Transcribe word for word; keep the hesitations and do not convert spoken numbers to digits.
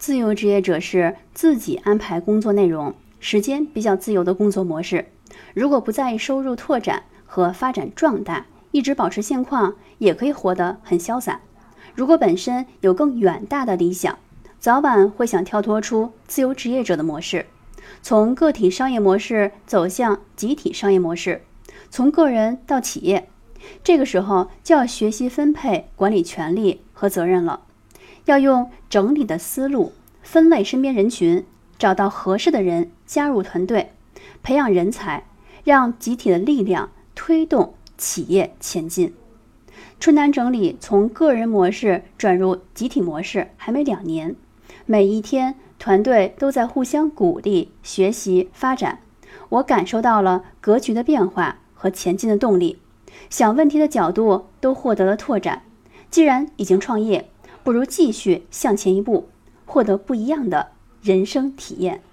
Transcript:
自由职业者是自己安排工作内容，时间比较自由的工作模式。如果不在意收入拓展和发展壮大，一直保持现况，也可以活得很潇洒。如果本身有更远大的理想，早晚会想跳脱出自由职业者的模式，从个体商业模式走向集体商业模式，从个人到企业。这个时候就要学习分配管理权力和责任了，要用整理的思路分类身边人群，找到合适的人加入团队，培养人才，让集体的力量推动企业前进。春楠整理从个人模式转入集体模式还没两年，每一天团队都在互相鼓励、学习、发展。我感受到了格局的变化和前进的动力，想问题的角度都获得了拓展。既然已经创业，不如继续向前一步，获得不一样的人生体验。